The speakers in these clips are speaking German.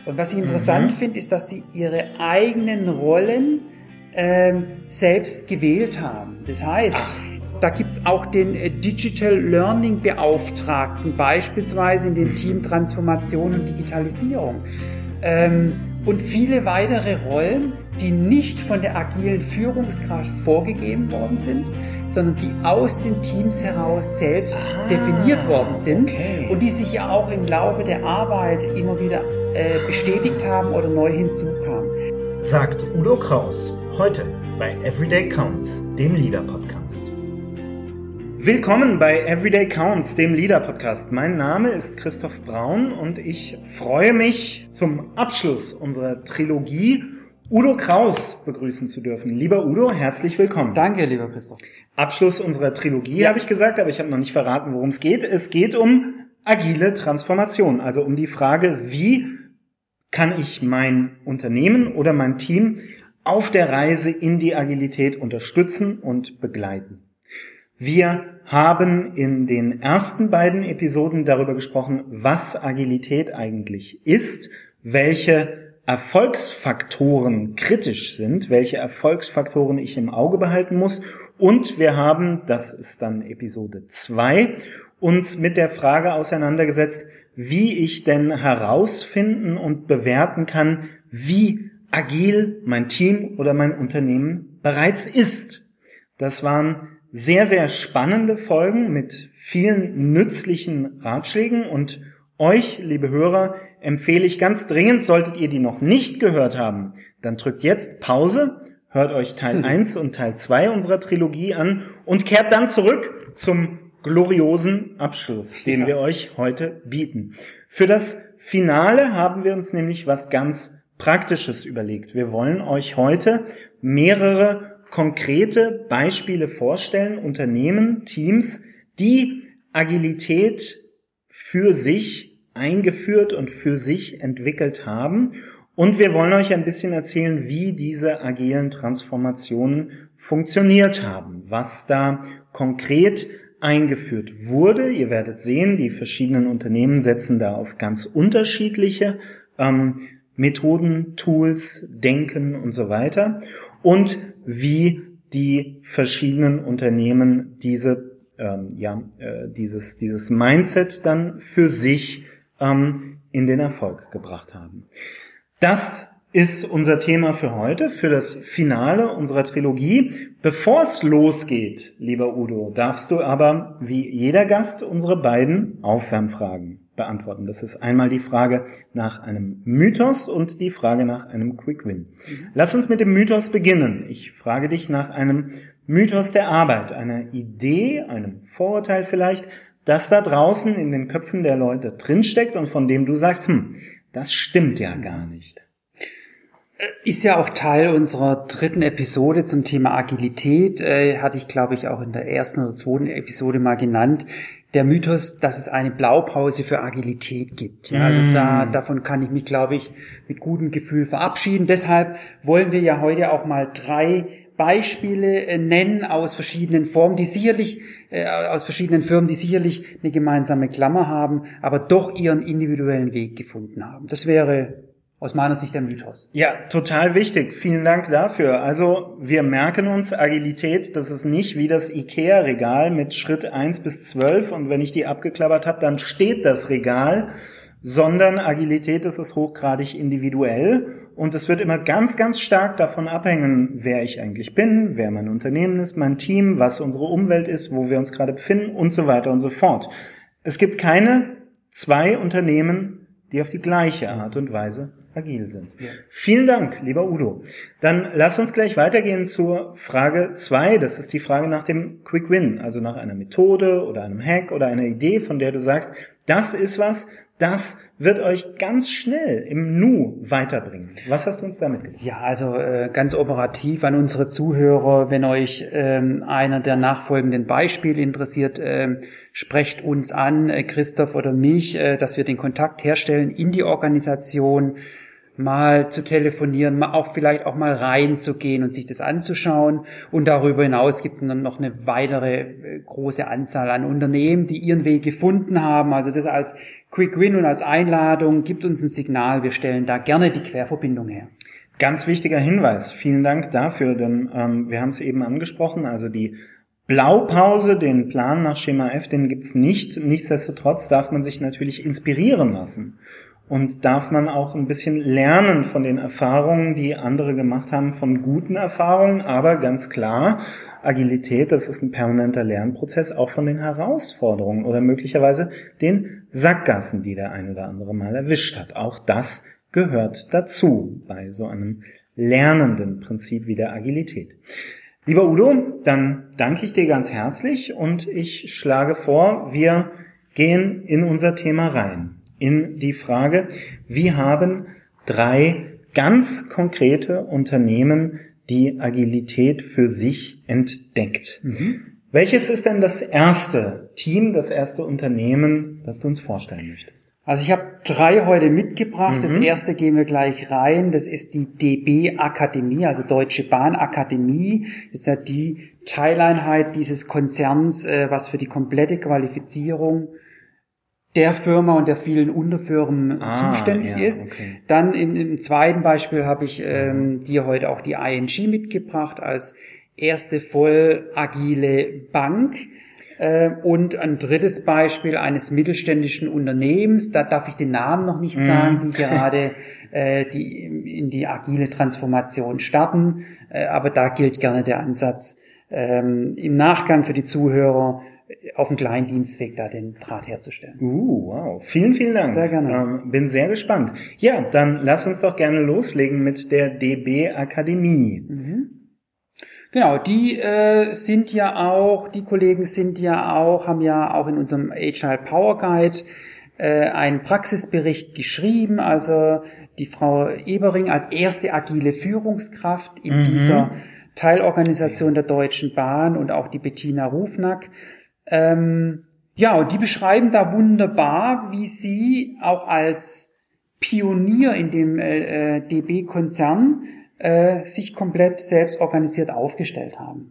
Und was ich interessant finde, ist, dass sie ihre eigenen Rollen selbst gewählt haben. Das heißt, da gibt's auch den Digital Learning Beauftragten, beispielsweise in dem Team Transformation und Digitalisierung. Und viele weitere Rollen, die nicht von der agilen Führungskraft vorgegeben worden sind, sondern die aus den Teams heraus selbst definiert worden sind und die sich ja auch im Laufe der Arbeit immer wieder bestätigt haben oder neu hinzukamen. Sagt Udo Kraus, heute bei Everyday Counts, dem Leader-Podcast. Willkommen bei Everyday Counts, dem Leader-Podcast. Mein Name ist Christoph Braun und ich freue mich, zum Abschluss unserer Trilogie Udo Kraus begrüßen zu dürfen. Lieber Udo, herzlich willkommen. Danke, lieber Christoph. Abschluss unserer Trilogie, habe ich gesagt, aber ich habe noch nicht verraten, worum es geht. Es geht um agile Transformation, also um die Frage, wie kann ich mein Unternehmen oder mein Team auf der Reise in die Agilität unterstützen und begleiten. Wir haben in den ersten beiden Episoden darüber gesprochen, was Agilität eigentlich ist, welche Erfolgsfaktoren kritisch sind, welche Erfolgsfaktoren ich im Auge behalten muss. Und wir haben, das ist dann Episode 2, uns mit der Frage auseinandergesetzt, wie ich denn herausfinden und bewerten kann, wie agil mein Team oder mein Unternehmen bereits ist. Das waren sehr, sehr spannende Folgen mit vielen nützlichen Ratschlägen und euch, liebe Hörer, empfehle ich ganz dringend, solltet ihr die noch nicht gehört haben, dann drückt jetzt Pause, hört euch Teil 1 und Teil 2 unserer Trilogie an und kehrt dann zurück zum gloriosen Abschluss, den wir euch heute bieten. Für das Finale haben wir uns nämlich was ganz Praktisches überlegt. Wir wollen euch heute mehrere konkrete Beispiele vorstellen, Unternehmen, Teams, die Agilität für sich eingeführt und für sich entwickelt haben. Und wir wollen euch ein bisschen erzählen, wie diese agilen Transformationen funktioniert haben, was da konkret eingeführt wurde. Ihr werdet sehen, die verschiedenen Unternehmen setzen da auf ganz unterschiedliche Methoden, Tools, Denken und so weiter. Und wie die verschiedenen Unternehmen dieses Mindset dann für sich in den Erfolg gebracht haben. Das ist unser Thema für heute, für das Finale unserer Trilogie. Bevor es losgeht, lieber Udo, darfst du aber wie jeder Gast unsere beiden Aufwärmfragen beantworten. Das ist einmal die Frage nach einem Mythos und die Frage nach einem Quick Win. Lass uns mit dem Mythos beginnen. Ich frage dich nach einem Mythos der Arbeit, einer Idee, einem Vorurteil vielleicht, das da draußen in den Köpfen der Leute drinsteckt und von dem du sagst, das stimmt ja gar nicht. Ist ja auch Teil unserer dritten Episode zum Thema Agilität, hatte ich, glaube ich, auch in der ersten oder zweiten Episode mal genannt. Der Mythos, dass es eine Blaupause für Agilität gibt. Ja, also davon kann ich mich, glaube ich, mit gutem Gefühl verabschieden. Deshalb wollen wir ja heute auch mal 3 Beispiele nennen aus verschiedenen Firmen, die sicherlich eine gemeinsame Klammer haben, aber doch ihren individuellen Weg gefunden haben. Das wäre aus meiner Sicht der Mythos. Ja, total wichtig. Vielen Dank dafür. Also wir merken uns, Agilität, das ist nicht wie das IKEA-Regal mit Schritt 1 bis 12 und wenn ich die abgeklappert habe, dann steht das Regal, sondern Agilität, das ist hochgradig individuell und es wird immer ganz, ganz stark davon abhängen, wer ich eigentlich bin, wer mein Unternehmen ist, mein Team, was unsere Umwelt ist, wo wir uns gerade befinden und so weiter und so fort. Es gibt keine 2 Unternehmen, die auf die gleiche Art und Weise agil sind. Ja. Vielen Dank, lieber Udo. Dann lass uns gleich weitergehen zur Frage 2. Das ist die Frage nach dem Quick Win, also nach einer Methode oder einem Hack oder einer Idee, von der du sagst, das ist was, das wird euch ganz schnell im Nu weiterbringen. Was hast du uns damit getan? Ja, also ganz operativ an unsere Zuhörer, wenn euch einer der nachfolgenden Beispiele interessiert, sprecht uns an, Christoph oder mich, dass wir den Kontakt herstellen in die Organisation. mal zu telefonieren, vielleicht auch mal reinzugehen und sich das anzuschauen. Und darüber hinaus gibt es dann noch eine weitere große Anzahl an Unternehmen, die ihren Weg gefunden haben. Also das als Quick Win und als Einladung, gibt uns ein Signal, wir stellen da gerne die Querverbindung her. Ganz wichtiger Hinweis, vielen Dank dafür, denn wir haben es eben angesprochen, also die Blaupause, den Plan nach Schema F, den gibt's nicht. Nichtsdestotrotz darf man sich natürlich inspirieren lassen und darf man auch ein bisschen lernen von den Erfahrungen, die andere gemacht haben, von guten Erfahrungen, aber ganz klar, Agilität, das ist ein permanenter Lernprozess, auch von den Herausforderungen oder möglicherweise den Sackgassen, die der ein oder andere mal erwischt hat. Auch das gehört dazu bei so einem lernenden Prinzip wie der Agilität. Lieber Udo, dann danke ich dir ganz herzlich und ich schlage vor, wir gehen in unser Thema rein, in die Frage, wie haben 3 ganz konkrete Unternehmen die Agilität für sich entdeckt? Welches ist denn das erste Team, das erste Unternehmen, das du uns vorstellen möchtest? Also ich habe 3 heute mitgebracht. Das erste gehen wir gleich rein. Das ist die DB Akademie, also Deutsche Bahn Akademie. Das ist ja die Teileinheit dieses Konzerns, was für die komplette Qualifizierung der Firma und der vielen Unterfirmen zuständig ist. Okay. Dann im zweiten Beispiel habe ich dir heute auch die ING mitgebracht als erste voll agile Bank. Und ein drittes Beispiel eines mittelständischen Unternehmens, da darf ich den Namen noch nicht sagen, die gerade die in die agile Transformation starten, aber da gilt gerne der Ansatz, im Nachgang für die Zuhörer auf dem kleinen Dienstweg da den Draht herzustellen. Wow. Vielen, vielen Dank. Sehr gerne. Bin sehr gespannt. Ja, dann lass uns doch gerne loslegen mit der DB Akademie. Genau, die Kollegen haben ja auch in unserem Agile Power Guide einen Praxisbericht geschrieben, also die Frau Ebering als erste agile Führungskraft in dieser Teilorganisation der Deutschen Bahn und auch die Bettina Rufnack. Und die beschreiben da wunderbar, wie sie auch als Pionier in dem DB-Konzern sich komplett selbst organisiert aufgestellt haben.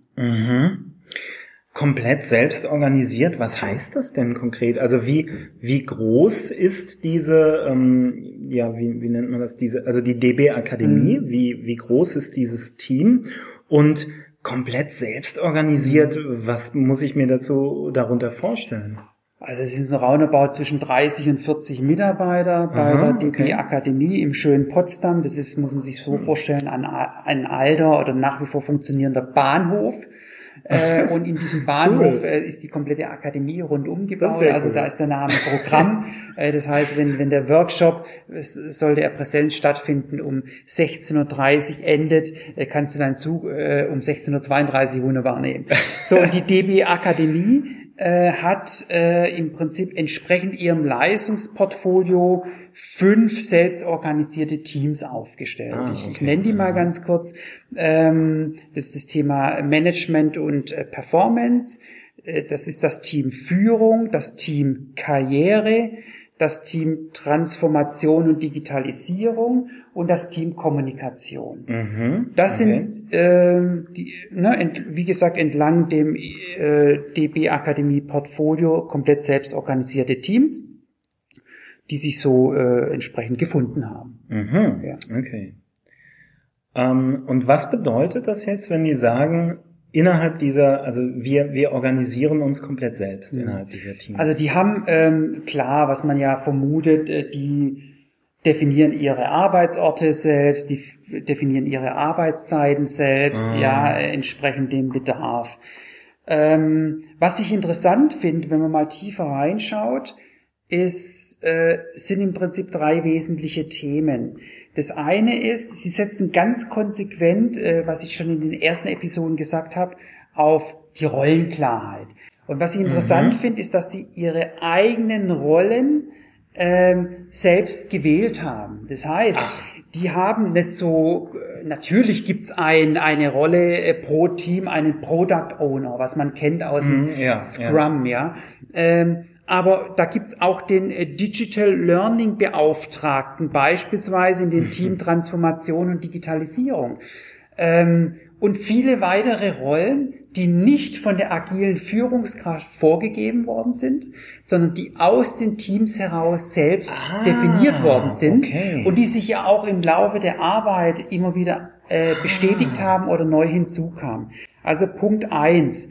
Komplett selbst organisiert, was heißt das denn konkret? Also wie groß ist diese, wie nennt man das, also die DB Akademie, wie groß ist dieses Team? Und komplett selbst organisiert, was muss ich mir darunter vorstellen? Also es ist ein Roundabout zwischen 30 und 40 Mitarbeiter bei der DB Akademie im schönen Potsdam. Das ist, muss man sich so vorstellen, ein alter oder nach wie vor funktionierender Bahnhof. Und in diesem Bahnhof ist die komplette Akademie rundum gebaut. Also da ist der Name Programm. Das heißt, wenn der Workshop, sollte er Präsenz stattfinden, um 16:30 Uhr endet, kannst du deinen Zug um 16:32 Uhr wunderbar nehmen. So, und die DB Akademie hat im Prinzip entsprechend ihrem Leistungsportfolio 5 selbstorganisierte Teams aufgestellt. Ich nenne die mal ganz kurz. Das ist das Thema Management und Performance. Das ist das Team Führung, das Team Karriere, das Team Transformation und Digitalisierung und das Team Kommunikation. Das sind, wie gesagt, entlang dem DB Akademie Portfolio komplett selbst organisierte Teams, die sich so entsprechend gefunden haben. Ja. Okay. Und was bedeutet das jetzt, wenn die sagen, innerhalb dieser, also wir organisieren uns komplett selbst innerhalb dieser Teams? Also die haben, klar, was man ja vermutet, die definieren ihre Arbeitsorte selbst, die definieren ihre Arbeitszeiten selbst, entsprechend dem Bedarf. Was ich interessant finde, wenn man mal tiefer reinschaut, sind im Prinzip 3 wesentliche Themen. Das eine ist, sie setzen ganz konsequent, was ich schon in den ersten Episoden gesagt habe, auf die Rollenklarheit. Und was ich interessant finde, ist, dass sie ihre eigenen Rollen selbst gewählt haben. Das heißt, die haben nicht so, natürlich gibt's eine Rolle pro Team, einen Product Owner, was man kennt aus dem Scrum, Aber da gibt's auch den Digital Learning Beauftragten, beispielsweise in dem Team Transformation und Digitalisierung. Und viele weitere Rollen, die nicht von der agilen Führungskraft vorgegeben worden sind, sondern die aus den Teams heraus selbst definiert worden sind und die sich ja auch im Laufe der Arbeit immer wieder bestätigt haben oder neu hinzukamen. Also Punkt 1,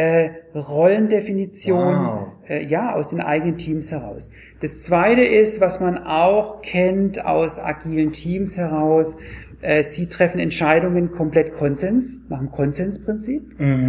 Rollendefinition, aus den eigenen Teams heraus. Das Zweite ist, was man auch kennt aus agilen Teams heraus, sie treffen Entscheidungen komplett Konsens, nach dem Konsensprinzip.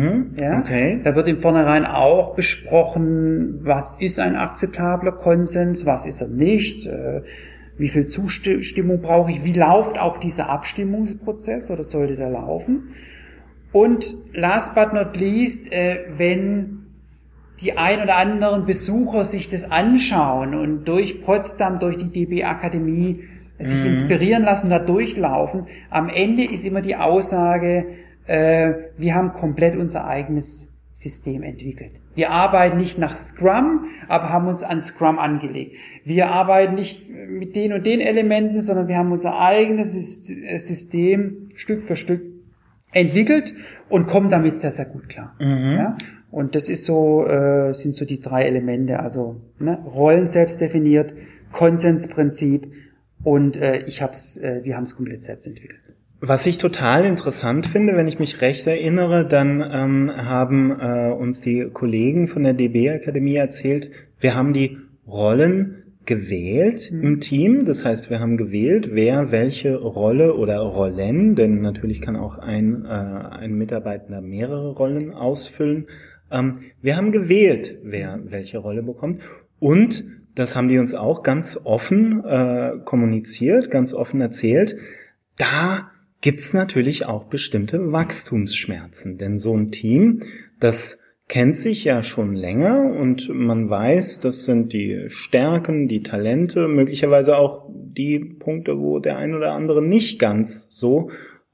Da wird im Vornherein auch besprochen, was ist ein akzeptabler Konsens, was ist er nicht, wie viel Zustimmung brauche ich, wie läuft auch dieser Abstimmungsprozess oder sollte der laufen. Und last but not least, wenn die ein oder anderen Besucher sich das anschauen und durch Potsdam, durch die DB Akademie sich inspirieren lassen, da durchlaufen. Am Ende ist immer die Aussage, wir haben komplett unser eigenes System entwickelt. Wir arbeiten nicht nach Scrum, aber haben uns an Scrum angelegt. Wir arbeiten nicht mit den und den Elementen, sondern wir haben unser eigenes System Stück für Stück entwickelt und kommen damit sehr, sehr gut klar. Ja? Und das ist so, sind so die 3 Elemente, also Rollen selbst definiert, Konsensprinzip und wir haben es komplett selbst entwickelt. Was ich total interessant finde, wenn ich mich recht erinnere, dann haben uns die Kollegen von der DB Akademie erzählt, wir haben die Rollen gewählt im Team. Das heißt, wir haben gewählt, wer welche Rolle oder Rollen, denn natürlich kann auch ein Mitarbeitender mehrere Rollen ausfüllen. Wir haben gewählt, wer welche Rolle bekommt. Und das haben die uns auch ganz offen kommuniziert, ganz offen erzählt. Da gibt's natürlich auch bestimmte Wachstumsschmerzen. Denn so ein Team, das kennt sich ja schon länger und man weiß, das sind die Stärken, die Talente, möglicherweise auch die Punkte, wo der ein oder andere nicht ganz so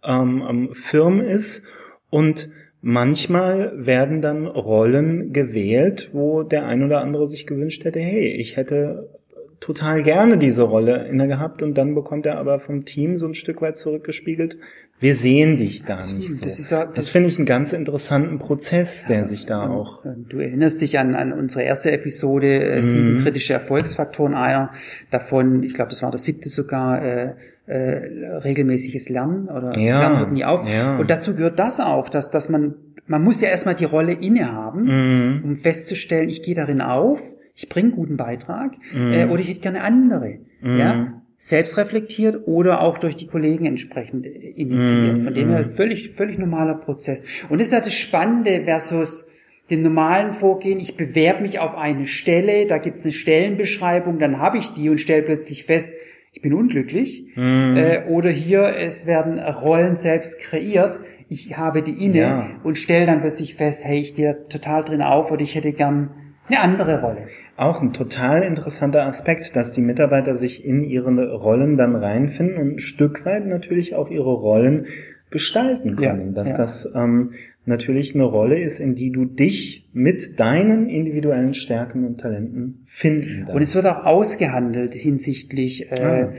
firm ist. Und manchmal werden dann Rollen gewählt, wo der ein oder andere sich gewünscht hätte, hey, ich hätte total gerne diese Rolle inne gehabt und dann bekommt er aber vom Team so ein Stück weit zurückgespiegelt, wir sehen dich da nicht so. Das finde ich einen ganz interessanten Prozess, der sich da auch... Du erinnerst dich an unsere erste Episode, 7 kritische Erfolgsfaktoren, einer davon, ich glaube, das war der 7. sogar, regelmäßiges Lernen oder das Lernen hört nie auf. Ja. Und dazu gehört das auch, dass man muss ja erstmal die Rolle innehaben, um festzustellen, ich gehe darin auf, ich bringe guten Beitrag oder ich hätte gerne andere. Ja? Selbst reflektiert oder auch durch die Kollegen entsprechend initiiert. Von dem her völlig normaler Prozess. Und das ist halt das Spannende versus dem normalen Vorgehen. Ich bewerbe mich auf eine Stelle, da gibt's eine Stellenbeschreibung, dann habe ich die und stelle plötzlich fest, ich bin unglücklich. Oder hier, es werden Rollen selbst kreiert. Ich habe die inne und stelle dann plötzlich fest, hey, ich gehe total drin auf oder ich hätte gern eine andere Rolle. Auch ein total interessanter Aspekt, dass die Mitarbeiter sich in ihre Rollen dann reinfinden und ein Stück weit natürlich auch ihre Rollen gestalten können. Dass das natürlich eine Rolle ist, in die du dich mit deinen individuellen Stärken und Talenten finden darfst. Und es wird auch ausgehandelt hinsichtlich,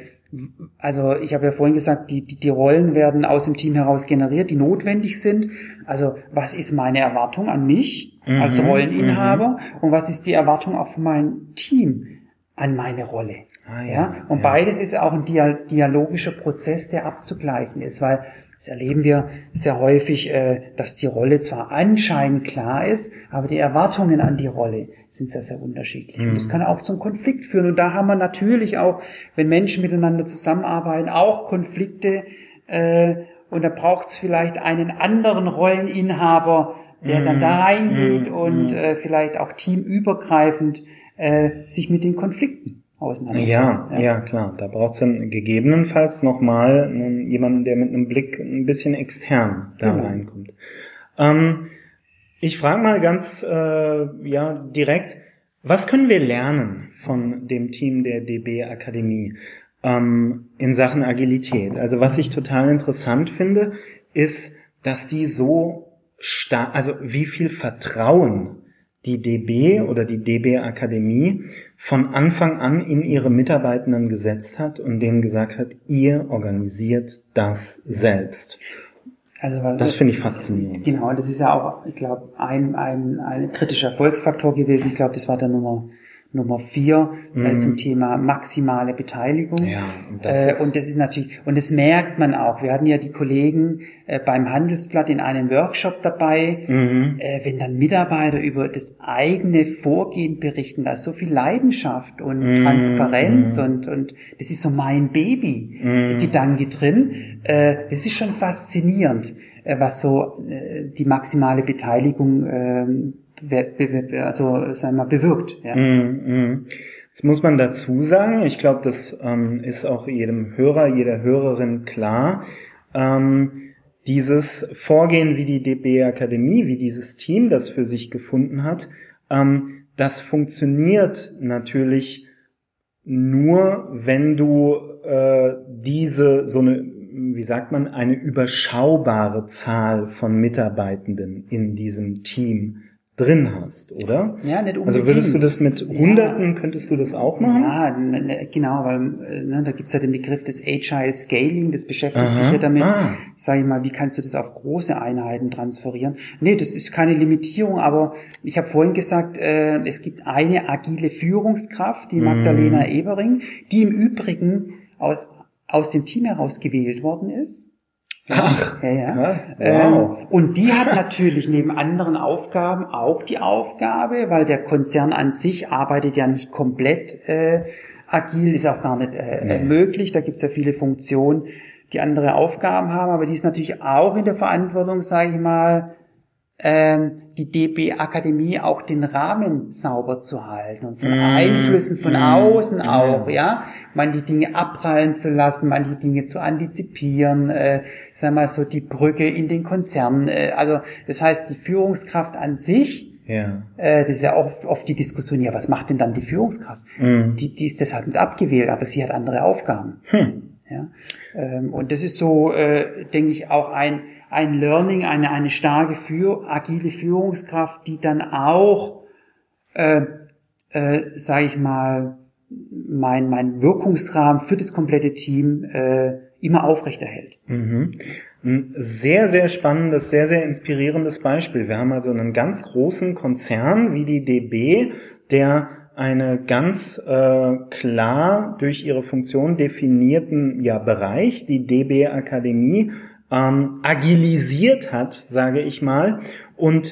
also ich habe ja vorhin gesagt, die Rollen werden aus dem Team heraus generiert, die notwendig sind. Also was ist meine Erwartung an mich als Rolleninhaber und was ist die Erwartung auch von meinem Team an meine Rolle? Und beides ist auch ein dialogischer Prozess, der abzugleichen ist, weil das erleben wir sehr häufig, dass die Rolle zwar anscheinend klar ist, aber die Erwartungen an die Rolle sind sehr, sehr unterschiedlich. Und das kann auch zum Konflikt führen. Und da haben wir natürlich auch, wenn Menschen miteinander zusammenarbeiten, auch Konflikte. Und da braucht es vielleicht einen anderen Rolleninhaber, der dann da reingeht und vielleicht auch teamübergreifend sich mit den Konflikten auseinandersetzt. Ja, klar. Da braucht es dann gegebenenfalls nochmal jemanden, der mit einem Blick ein bisschen extern da reinkommt. Ich frage mal ganz direkt, was können wir lernen von dem Team der DB Akademie in Sachen Agilität? Also was ich total interessant finde, ist, dass die so stark, also wie viel Vertrauen die DB oder die DB Akademie von Anfang an in ihre Mitarbeitenden gesetzt hat und denen gesagt hat, ihr organisiert das selbst. Also, das finde ich faszinierend. Genau, das ist ja auch, ich glaube, ein kritischer Erfolgsfaktor gewesen. Ich glaube, das war der Nummer 4 zum Thema maximale Beteiligung. Ja, und das ist natürlich, und das merkt man auch. Wir hatten ja die Kollegen beim Handelsblatt in einem Workshop dabei. Wenn dann Mitarbeiter über das eigene Vorgehen berichten, da ist so viel Leidenschaft und Transparenz und das ist so mein Baby-Gedanke drin. Das ist schon faszinierend, was so die maximale Beteiligung bewirkt. Ja. Jetzt muss man dazu sagen, ich glaube, das ist auch jedem Hörer, jeder Hörerin klar, dieses Vorgehen wie die DB Akademie, wie dieses Team das für sich gefunden hat, das funktioniert natürlich nur, wenn du eine überschaubare Zahl von Mitarbeitenden in diesem Team drin hast, oder? Ja, nicht unbedingt. Also würdest du das mit Hunderten, könntest du das auch machen? Ja, genau, weil da gibt's ja den Begriff des Agile Scaling, das beschäftigt sich ja damit, sage ich mal, wie kannst du das auf große Einheiten transferieren? Nee, das ist keine Limitierung, aber ich habe vorhin gesagt, es gibt eine agile Führungskraft, die Magdalena Ebering, die im Übrigen aus dem Team heraus gewählt worden ist. Ach, ja. Wow. Und die hat natürlich neben anderen Aufgaben auch die Aufgabe, weil der Konzern an sich arbeitet ja nicht komplett agil, ist auch gar nicht möglich. Da gibt's ja viele Funktionen, die andere Aufgaben haben, aber die ist natürlich auch in der Verantwortung, sage ich mal, die DB Akademie auch den Rahmen sauber zu halten und von Einflüssen von außen auch, ja, manche Dinge abprallen zu lassen, manche Dinge zu antizipieren, sagen wir mal so die Brücke in den Konzern, also das heißt die Führungskraft an sich, das ist ja oft die Diskussion, ja, was macht denn dann die Führungskraft? Die ist deshalb nicht abgewählt, aber sie hat andere Aufgaben. Ja, und das ist so, denke ich, auch ein Learning, eine starke agile Führungskraft, die dann auch, sage ich mal, mein Wirkungsrahmen für das komplette Team immer aufrechterhält. Ein sehr, sehr spannendes, sehr, sehr inspirierendes Beispiel. Wir haben also einen ganz großen Konzern wie die DB, der eine ganz klar durch ihre Funktion definierten Bereich, die DB Akademie, agilisiert hat, sage ich mal, und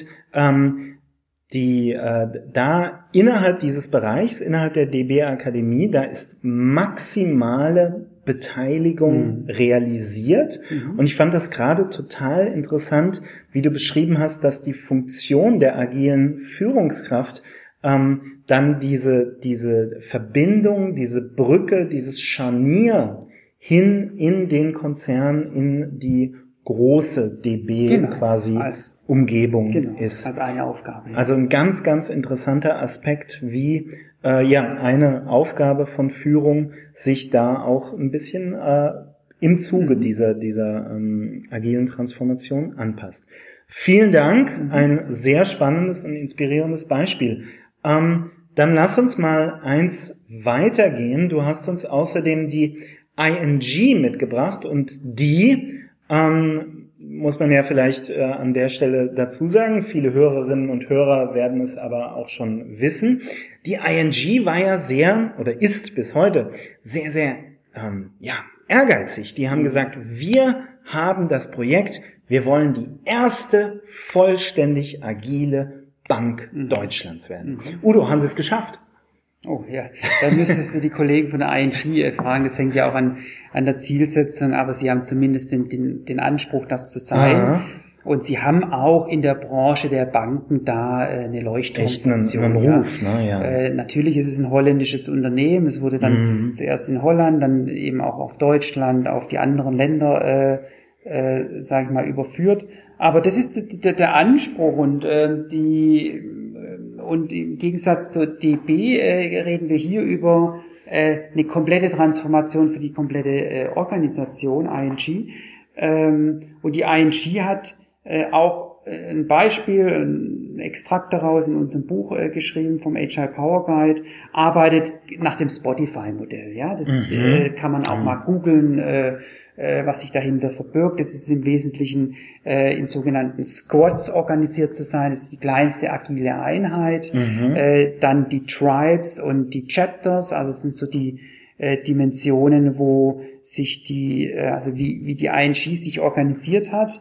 da innerhalb dieses Bereichs, innerhalb der DB Akademie, da ist maximale Beteiligung realisiert. Und ich fand das gerade total interessant, wie du beschrieben hast, dass die Funktion der agilen Führungskraft dann diese Verbindung, diese Brücke, dieses Scharnier hin in den Konzern, in die große DB quasi als Umgebung ist. Als eine Aufgabe. Also ein ganz, ganz interessanter Aspekt, wie eine Aufgabe von Führung sich da auch ein bisschen im Zuge dieser agilen Transformation anpasst. Vielen Dank, ein sehr spannendes und inspirierendes Beispiel. Dann lass uns mal eins weitergehen. Du hast uns außerdem die ING mitgebracht und die muss man ja vielleicht an der Stelle dazu sagen, viele Hörerinnen und Hörer werden es aber auch schon wissen. Die ING war ja ist bis heute sehr, sehr ehrgeizig. Die haben gesagt, wir haben das Projekt, wir wollen die erste vollständig agile Bank Deutschlands werden. Udo, haben Sie es geschafft? Oh ja, da müsstest du die Kollegen von der ING fragen, das hängt ja auch an der Zielsetzung, aber sie haben zumindest den Anspruch, das zu sein. Aha. Und sie haben auch in der Branche der Banken da eine Leuchtturmfunktion. Echt einen Ruf, ne? Ja. Natürlich ist es ein holländisches Unternehmen, es wurde dann zuerst in Holland, dann eben auch auf Deutschland, auf die anderen Länder, sage ich mal, überführt. Aber das ist der Anspruch und und im Gegensatz zur DB reden wir hier über eine komplette Transformation für die komplette Organisation ING. Und die ING hat auch ein Beispiel, ein Extrakt daraus in unserem Buch geschrieben vom Agile Power Guide, arbeitet nach dem Spotify-Modell. Ja, das kann man auch mal googeln, was sich dahinter verbirgt. Das ist im Wesentlichen in sogenannten Squads organisiert zu sein. Das ist die kleinste agile Einheit. Dann die Tribes und die Chapters, also es sind so die Dimensionen, wo sich wie die ING sich organisiert hat.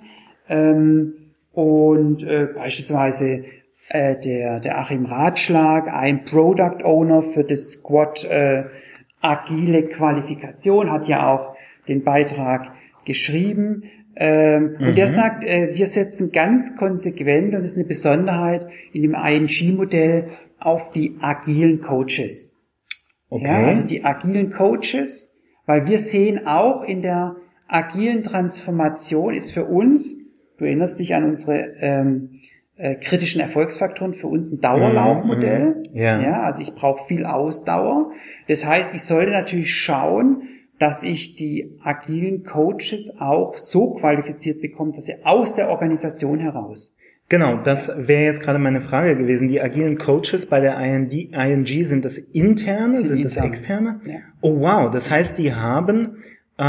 Beispielsweise der Achim Ratschlag, ein Product Owner für das Squad agile Qualifikation, hat ja auch den Beitrag geschrieben. Und der sagt, wir setzen ganz konsequent, und das ist eine Besonderheit in dem ING-Modell, auf die agilen Coaches. Okay. Ja, also die agilen Coaches, weil wir sehen auch in der agilen Transformation ist für uns, du erinnerst dich an unsere kritischen Erfolgsfaktoren, für uns ein Dauerlaufmodell. Ja, also ich brauche viel Ausdauer. Das heißt, ich sollte natürlich schauen, dass ich die agilen Coaches auch so qualifiziert bekomme, dass sie aus der Organisation heraus. Genau, das wäre jetzt gerade meine Frage gewesen. Die agilen Coaches bei der ING, sind das interne, sind das externe? Ja. Oh wow, das heißt, die haben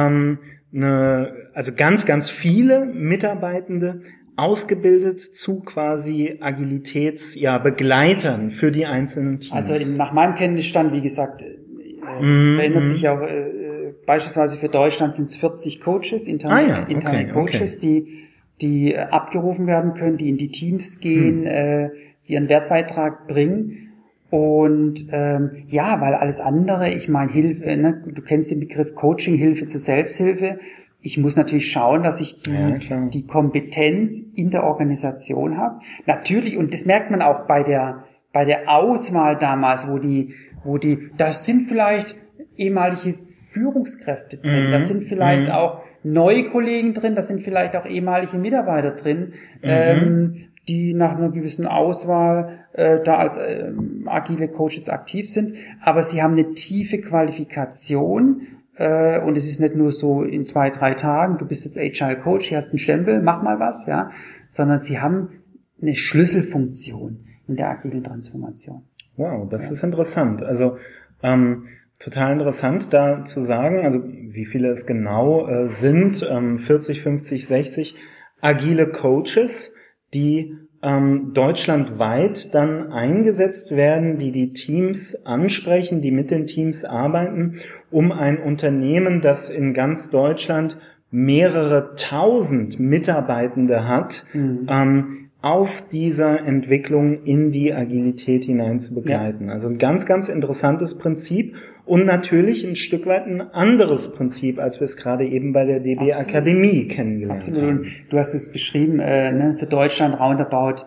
also ganz, ganz viele Mitarbeitende ausgebildet zu quasi Agilitätsbegleitern für die einzelnen Teams. Also nach meinem Kenntnisstand, wie gesagt, das verändert sich auch, beispielsweise für Deutschland sind es 40 Coaches, interne Coaches, die abgerufen werden können, die in die Teams gehen, die ihren Wertbeitrag bringen. Und weil alles andere, ich meine Hilfe, ne, du kennst den Begriff Coaching, Hilfe zur Selbsthilfe. Ich muss natürlich schauen, dass ich die Kompetenz in der Organisation habe. Natürlich, und das merkt man auch bei der Auswahl damals, das sind vielleicht ehemalige Führungskräfte drin, das sind vielleicht auch neue Kollegen drin, das sind vielleicht auch ehemalige Mitarbeiter drin, die nach einer gewissen Auswahl da als agile Coaches aktiv sind, aber sie haben eine tiefe Qualifikation und es ist nicht nur so in 2-3 Tagen, du bist jetzt Agile Coach, hier hast einen Stempel, mach mal was, ja, sondern sie haben eine Schlüsselfunktion in der agilen Transformation. Wow, das ist interessant. Also total interessant da zu sagen, also wie viele es genau sind, 40, 50, 60 agile Coaches, die deutschlandweit dann eingesetzt werden, die Teams ansprechen, die mit den Teams arbeiten, um ein Unternehmen, das in ganz Deutschland mehrere tausend Mitarbeitende hat, auf dieser Entwicklung in die Agilität hinein zu begleiten. Ja. Also ein ganz, ganz interessantes Prinzip und natürlich ein Stück weit ein anderes Prinzip, als wir es gerade eben bei der DB Akademie kennengelernt haben. Du hast es beschrieben, für Deutschland roundabout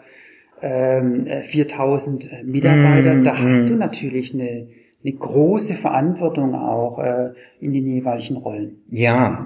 4.000 Mitarbeiter. Da hast du natürlich eine große Verantwortung auch in den jeweiligen Rollen. Ja.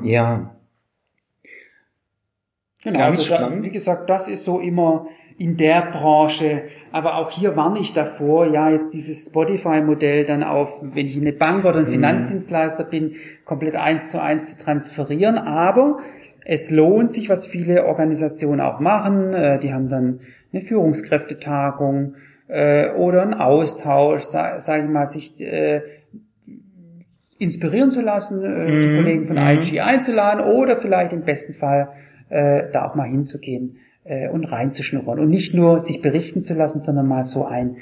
Genau, also wie gesagt, das ist so immer in der Branche, aber auch hier warne ich davor, jetzt dieses Spotify-Modell dann wenn ich eine Bank oder ein Finanzdienstleister bin, komplett 1:1 zu transferieren, aber es lohnt sich, was viele Organisationen auch machen, die haben dann eine Führungskräftetagung oder einen Austausch, sage ich mal, sich inspirieren zu lassen, die Kollegen von ING einzuladen oder vielleicht im besten Fall da auch mal hinzugehen und reinzuschnuppern und nicht nur sich berichten zu lassen, sondern mal so ein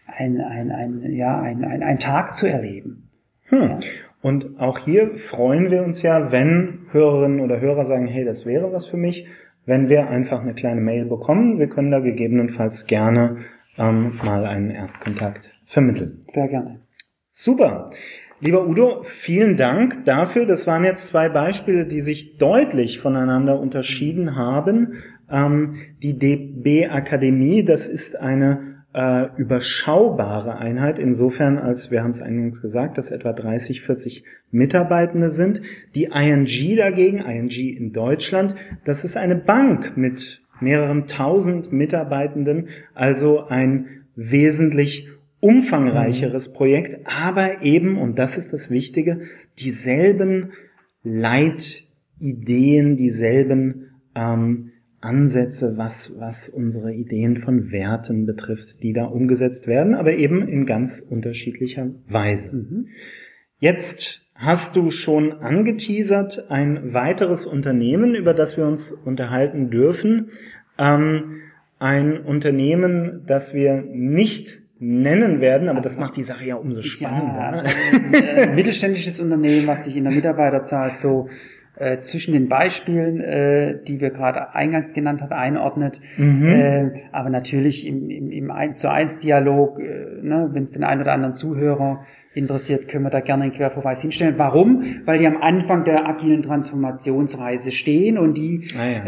Tag zu erleben. Ja. Und auch hier freuen wir uns ja, wenn Hörerinnen oder Hörer sagen, hey, das wäre was für mich, wenn wir einfach eine kleine Mail bekommen. Wir können da gegebenenfalls gerne mal einen Erstkontakt vermitteln. Sehr gerne. Super. Lieber Udo, vielen Dank dafür. Das waren jetzt 2 Beispiele, die sich deutlich voneinander unterschieden haben. Die DB Akademie, das ist eine überschaubare Einheit, insofern als, wir haben es eingangs gesagt, dass etwa 30, 40 Mitarbeitende sind. Die ING dagegen, ING in Deutschland, das ist eine Bank mit mehreren tausend Mitarbeitenden, also ein wesentlich umfangreicheres Projekt, aber eben, und das ist das Wichtige, dieselben Leitideen, dieselben Ansätze, was unsere Ideen von Werten betrifft, die da umgesetzt werden, aber eben in ganz unterschiedlicher Weise. Jetzt hast du schon angeteasert ein weiteres Unternehmen, über das wir uns unterhalten dürfen. Ein Unternehmen, das wir nicht nennen werden, aber das macht die Sache ja umso spannender. Ja, also ein mittelständisches Unternehmen, was sich in der Mitarbeiterzahl so zwischen den Beispielen, die wir gerade eingangs genannt hat, einordnet. Aber natürlich im 1:1 Dialog, wenn es den einen oder anderen Zuhörer interessiert, können wir da gerne einen Querverweis hinstellen. Warum? Weil die am Anfang der agilen Transformationsreise stehen und die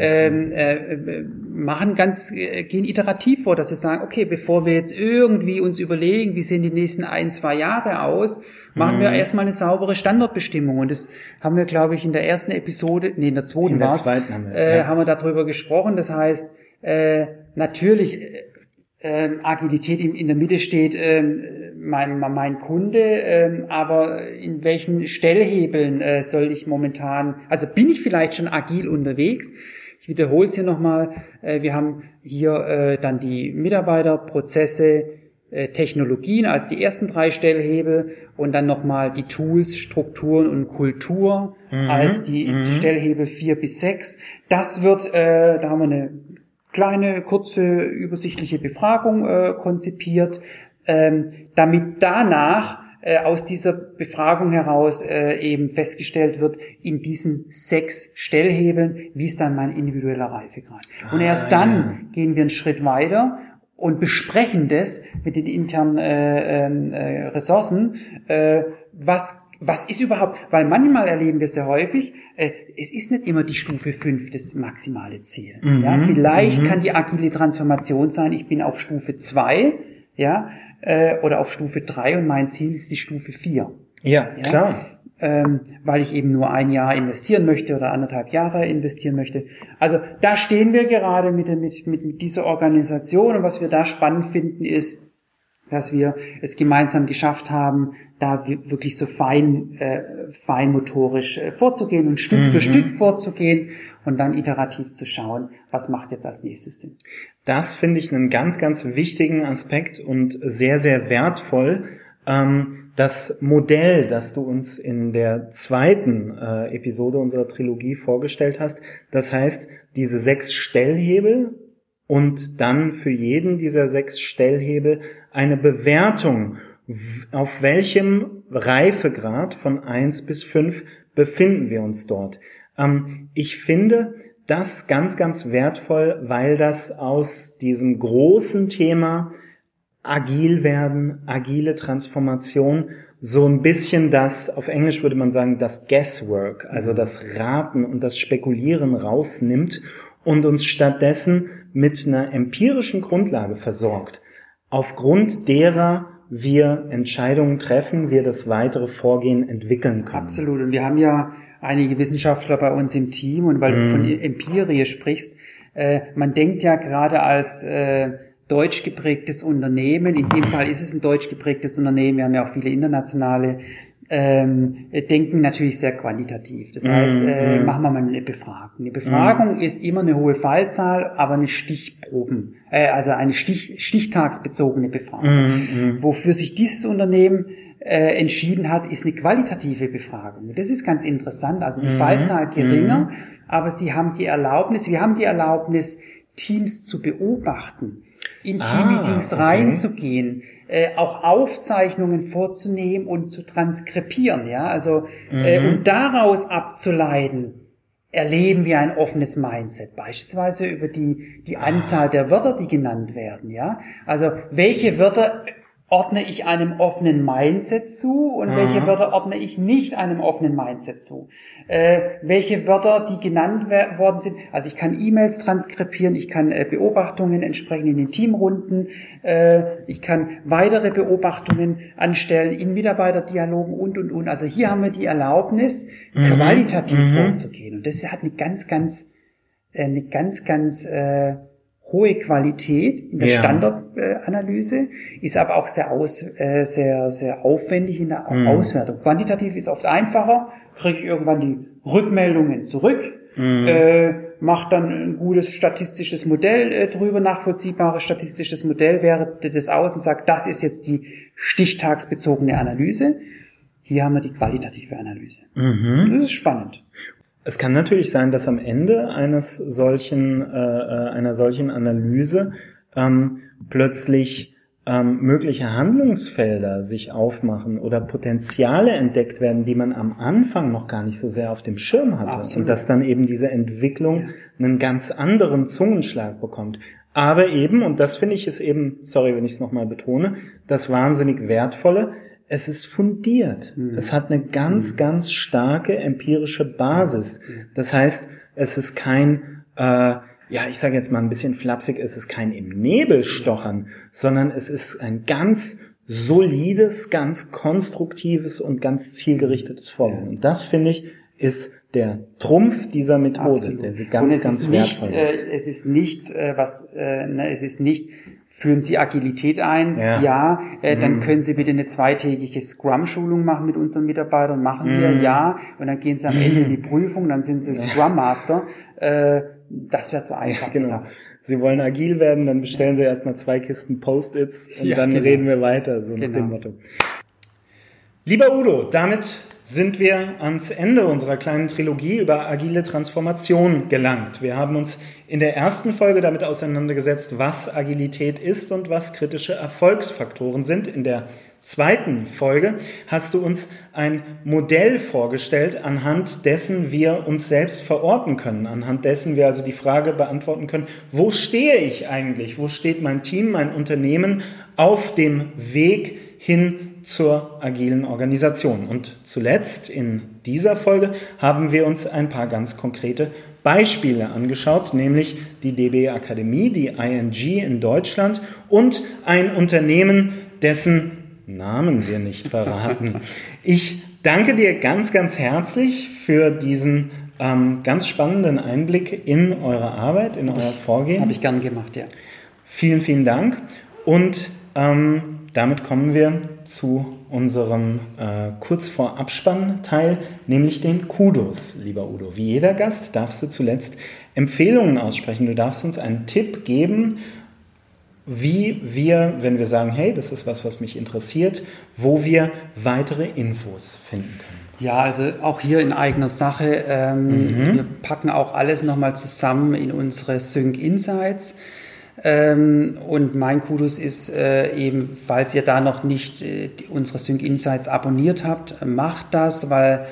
gehen iterativ vor, dass sie sagen, okay, bevor wir jetzt irgendwie uns überlegen, wie sehen die nächsten 1-2 Jahre aus, machen wir erstmal eine saubere Standortbestimmung. Und das haben wir, glaube ich, in der ersten Episode, in der zweiten haben wir darüber gesprochen. Das heißt, natürlich, Agilität in der Mitte steht mein Kunde, aber in welchen Stellhebeln soll ich momentan, also bin ich vielleicht schon agil unterwegs? Ich wiederhole es hier nochmal. Wir haben hier dann die Mitarbeiter, Prozesse, Technologien als die ersten 3 Stellhebel und dann nochmal die Tools, Strukturen und Kultur als die Stellhebel 4 bis 6. Das wird, da haben wir eine kleine, kurze, übersichtliche Befragung konzipiert, damit danach aus dieser Befragung heraus eben festgestellt wird, in diesen 6 Stellhebeln, wie ist dann mein individueller Reifegrad. Und erst dann gehen wir einen Schritt weiter und besprechen das mit den internen Ressourcen, was ist überhaupt, weil manchmal erleben wir sehr häufig, es ist nicht immer die Stufe 5 das maximale Ziel. Ja, vielleicht kann die agile Transformation sein, ich bin auf Stufe 2, oder auf Stufe 3 und mein Ziel ist die Stufe 4. Ja, klar. Weil ich eben nur 1 Jahr investieren möchte oder 1,5 Jahre investieren möchte. Also da stehen wir gerade mit dieser Organisation und was wir da spannend finden ist, dass wir es gemeinsam geschafft haben, da wirklich so feinmotorisch vorzugehen und Stück für Stück vorzugehen und dann iterativ zu schauen, was macht jetzt als nächstes Sinn. Das finde ich einen ganz, ganz wichtigen Aspekt und sehr, sehr wertvoll. Das Modell, das du uns in der zweiten Episode unserer Trilogie vorgestellt hast, das heißt, diese 6 Stellhebel und dann für jeden dieser 6 Stellhebel eine Bewertung, auf welchem Reifegrad von 1 bis 5 befinden wir uns dort. Ich finde das ganz, ganz wertvoll, weil das aus diesem großen Thema agil werden, agile Transformation, so ein bisschen das, auf Englisch würde man sagen, das Guesswork, also das Raten und das Spekulieren rausnimmt und uns stattdessen mit einer empirischen Grundlage versorgt, aufgrund derer wir Entscheidungen treffen, wir das weitere Vorgehen entwickeln können. Absolut. Und wir haben ja einige Wissenschaftler bei uns im Team und weil du von Empirie sprichst, man denkt ja gerade als deutsch geprägtes Unternehmen, in dem Fall ist es ein deutsch geprägtes Unternehmen, wir haben ja auch viele internationale, denken natürlich sehr quantitativ. Das heißt, machen wir mal eine Befragung. Eine Befragung ist immer eine hohe Fallzahl, aber eine also eine stichtagsbezogene Befragung. Wofür sich dieses Unternehmen entschieden hat, ist eine qualitative Befragung. Das ist ganz interessant, also die Fallzahl geringer, aber wir haben die Erlaubnis, Teams zu beobachten, in Teammeetings reinzugehen, auch Aufzeichnungen vorzunehmen und zu transkribieren, ja, also und daraus abzuleiten, erleben wir ein offenes Mindset, beispielsweise über die Anzahl der Wörter, die genannt werden, ja, also welche Wörter ordne ich einem offenen Mindset zu und welche Wörter ordne ich nicht einem offenen Mindset zu. Welche Wörter, die genannt worden sind, also ich kann E-Mails transkribieren, ich kann Beobachtungen entsprechend in den Teamrunden, ich kann weitere Beobachtungen anstellen in Mitarbeiterdialogen und. Also hier haben wir die Erlaubnis, qualitativ vorzugehen. Und das hat eine ganz hohe Qualität in der Standortanalyse, ist aber auch sehr aufwendig in der Auswertung. Quantitativ ist oft einfacher, kriege ich irgendwann die Rückmeldungen zurück macht dann ein gutes statistisches Modell drüber, nachvollziehbares statistisches Modell, wertet das aus und sagt, das ist jetzt die stichtagsbezogene Analyse. Hier haben wir die qualitative Analyse. Das ist spannend. Es kann natürlich sein, dass am Ende einer solchen Analyse plötzlich mögliche Handlungsfelder sich aufmachen oder Potenziale entdeckt werden, die man am Anfang noch gar nicht so sehr auf dem Schirm hatte. Absolut. Und dass dann eben diese Entwicklung einen ganz anderen Zungenschlag bekommt. Aber eben, und das finde ich ist eben, sorry, wenn ich es nochmal betone, das wahnsinnig Wertvolle, es ist fundiert. Es hat eine ganz, ganz starke empirische Basis. Das heißt, es ist kein ich sage jetzt mal ein bisschen flapsig, es ist kein im Nebel stochern, sondern es ist ein ganz solides, ganz konstruktives und ganz zielgerichtetes Vorgehen. Und das, finde ich, ist der Trumpf dieser Methode, Absolut. der sie ganz, ganz wertvoll macht. Es ist nicht, führen Sie Agilität ein? Dann können Sie bitte eine 2-tägige Scrum-Schulung machen mit unseren Mitarbeitern, machen wir, und dann gehen Sie am Ende in die Prüfung, dann sind Sie Scrum Master. Das wäre zu einfach. Ja, genau. Sie wollen agil werden, dann bestellen Sie erstmal 2 Kisten Post-its und dann reden wir weiter, so nach dem Motto. Lieber Udo, damit sind wir ans Ende unserer kleinen Trilogie über agile Transformation gelangt. Wir haben uns in der ersten Folge damit auseinandergesetzt, was Agilität ist und was kritische Erfolgsfaktoren sind. In der zweiten Folge hast du uns ein Modell vorgestellt, anhand dessen wir uns selbst verorten können, anhand dessen wir also die Frage beantworten können, wo stehe ich eigentlich, wo steht mein Team, mein Unternehmen auf dem Weg hin zur agilen Organisation. Und zuletzt in dieser Folge haben wir uns ein paar ganz konkrete Beispiele angeschaut, nämlich die DB Akademie, die ING in Deutschland und ein Unternehmen, dessen Namen wir nicht verraten. Ich danke dir ganz, ganz herzlich für diesen ganz spannenden Einblick in eure Arbeit, in euer Vorgehen. Habe ich gern gemacht, ja. Vielen, vielen Dank. Und damit kommen wir zu unserem kurz vor Abspann-Teil, nämlich den Kudos, lieber Udo. Wie jeder Gast darfst du zuletzt Empfehlungen aussprechen. Du darfst uns einen Tipp geben, wie wir, wenn wir sagen, hey, das ist was mich interessiert, wo wir weitere Infos finden können. Ja, also auch hier in eigener Sache. Wir packen auch alles nochmal zusammen in unsere Sync Insights. Und mein Kudos ist eben, falls ihr da noch nicht unsere Sync Insights abonniert habt, macht das, weil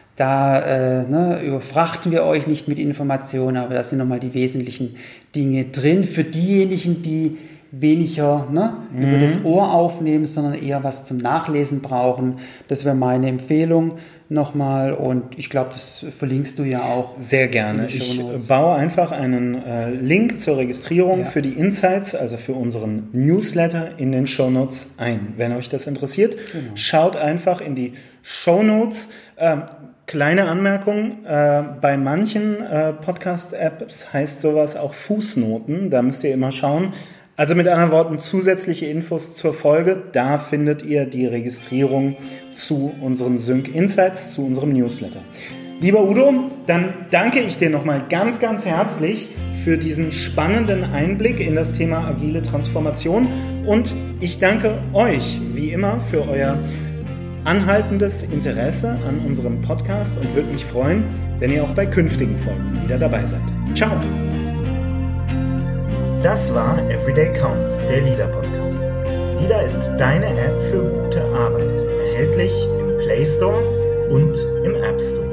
da überfrachten wir euch nicht mit Informationen, aber da sind nochmal die wesentlichen Dinge drin. Für diejenigen, die weniger über das Ohr aufnehmen, sondern eher was zum Nachlesen brauchen. Das wäre meine Empfehlung nochmal und ich glaube, das verlinkst du ja auch. Sehr gerne. Ich baue einfach einen Link zur Registrierung für die Insights, also für unseren Newsletter in den Shownotes ein. Wenn euch das interessiert, schaut einfach in die Shownotes. Kleine Anmerkung, bei manchen Podcast-Apps heißt sowas auch Fußnoten, da müsst ihr immer schauen. Also mit anderen Worten, zusätzliche Infos zur Folge, da findet ihr die Registrierung zu unseren Sync Insights, zu unserem Newsletter. Lieber Udo, dann danke ich dir nochmal ganz, ganz herzlich für diesen spannenden Einblick in das Thema agile Transformation und ich danke euch wie immer für euer anhaltendes Interesse an unserem Podcast und würde mich freuen, wenn ihr auch bei künftigen Folgen wieder dabei seid. Ciao! Das war Everyday Counts, der LIDA Podcast. LIDA ist deine App für gute Arbeit, erhältlich im Play Store und im App Store.